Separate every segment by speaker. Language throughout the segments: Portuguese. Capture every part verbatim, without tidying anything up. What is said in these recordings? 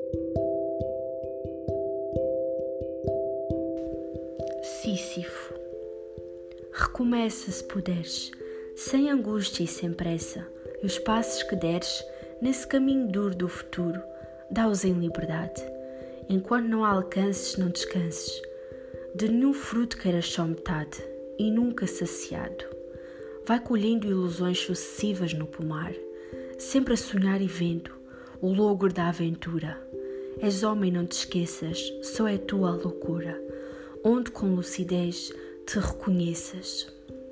Speaker 1: Sísifo. Recomeça se puderes, sem angústia e sem pressa, e os passos que deres nesse caminho duro do futuro, dá-os em liberdade. Enquanto não a alcances, não descanses. De nenhum fruto queiras só metade, e nunca saciado. Vai colhendo ilusões sucessivas no pomar, sempre a sonhar e vendo o logro da aventura. És homem, não te esqueças, só é tua a loucura, onde com lucidez te reconheças.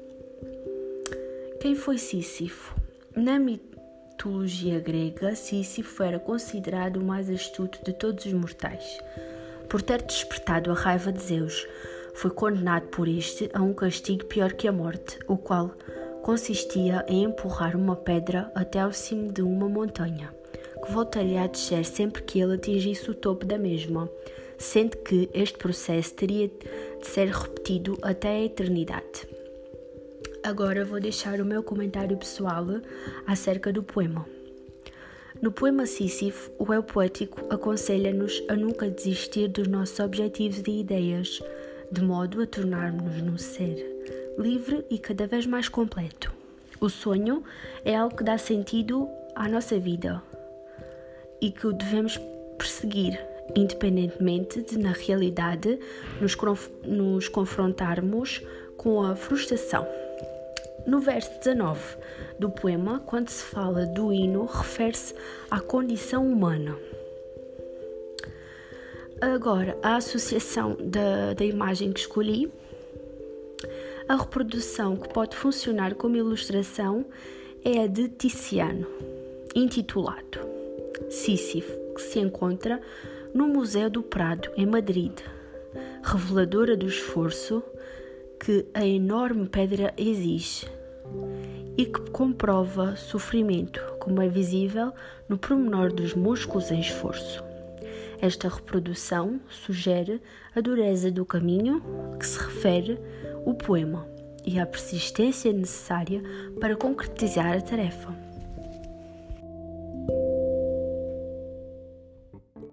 Speaker 1: Quem foi Sísifo? Na mitologia grega, Sísifo era considerado o mais astuto de todos os mortais. Por ter despertado a raiva de Zeus, foi condenado por este a um castigo pior que a morte, o qual consistia em empurrar uma pedra até ao cimo de uma montanha, que voltaria a descer sempre que ele atingisse o topo da mesma, sendo que este processo teria de ser repetido até a eternidade. Agora vou deixar o meu comentário pessoal acerca do poema. No poema Sísifo, o eu poético aconselha-nos a nunca desistir dos nossos objetivos e ideias, de modo a tornarmos-nos num ser livre e cada vez mais completo. O sonho é algo que dá sentido à nossa vida e que o devemos perseguir, independentemente de, na realidade, nos, conf- nos confrontarmos com a frustração. No verso dezanove do poema, quando se fala do hino, refere-se à condição humana. Agora, a associação da, da imagem que escolhi, a reprodução que pode funcionar como ilustração é a de Tiziano, intitulado Sísifo, que se encontra no Museu do Prado, em Madrid, reveladora do esforço que a enorme pedra exige e que comprova sofrimento, como é visível no pormenor dos músculos em esforço. Esta reprodução sugere a dureza do caminho que se refere o poema e a persistência necessária para concretizar a tarefa.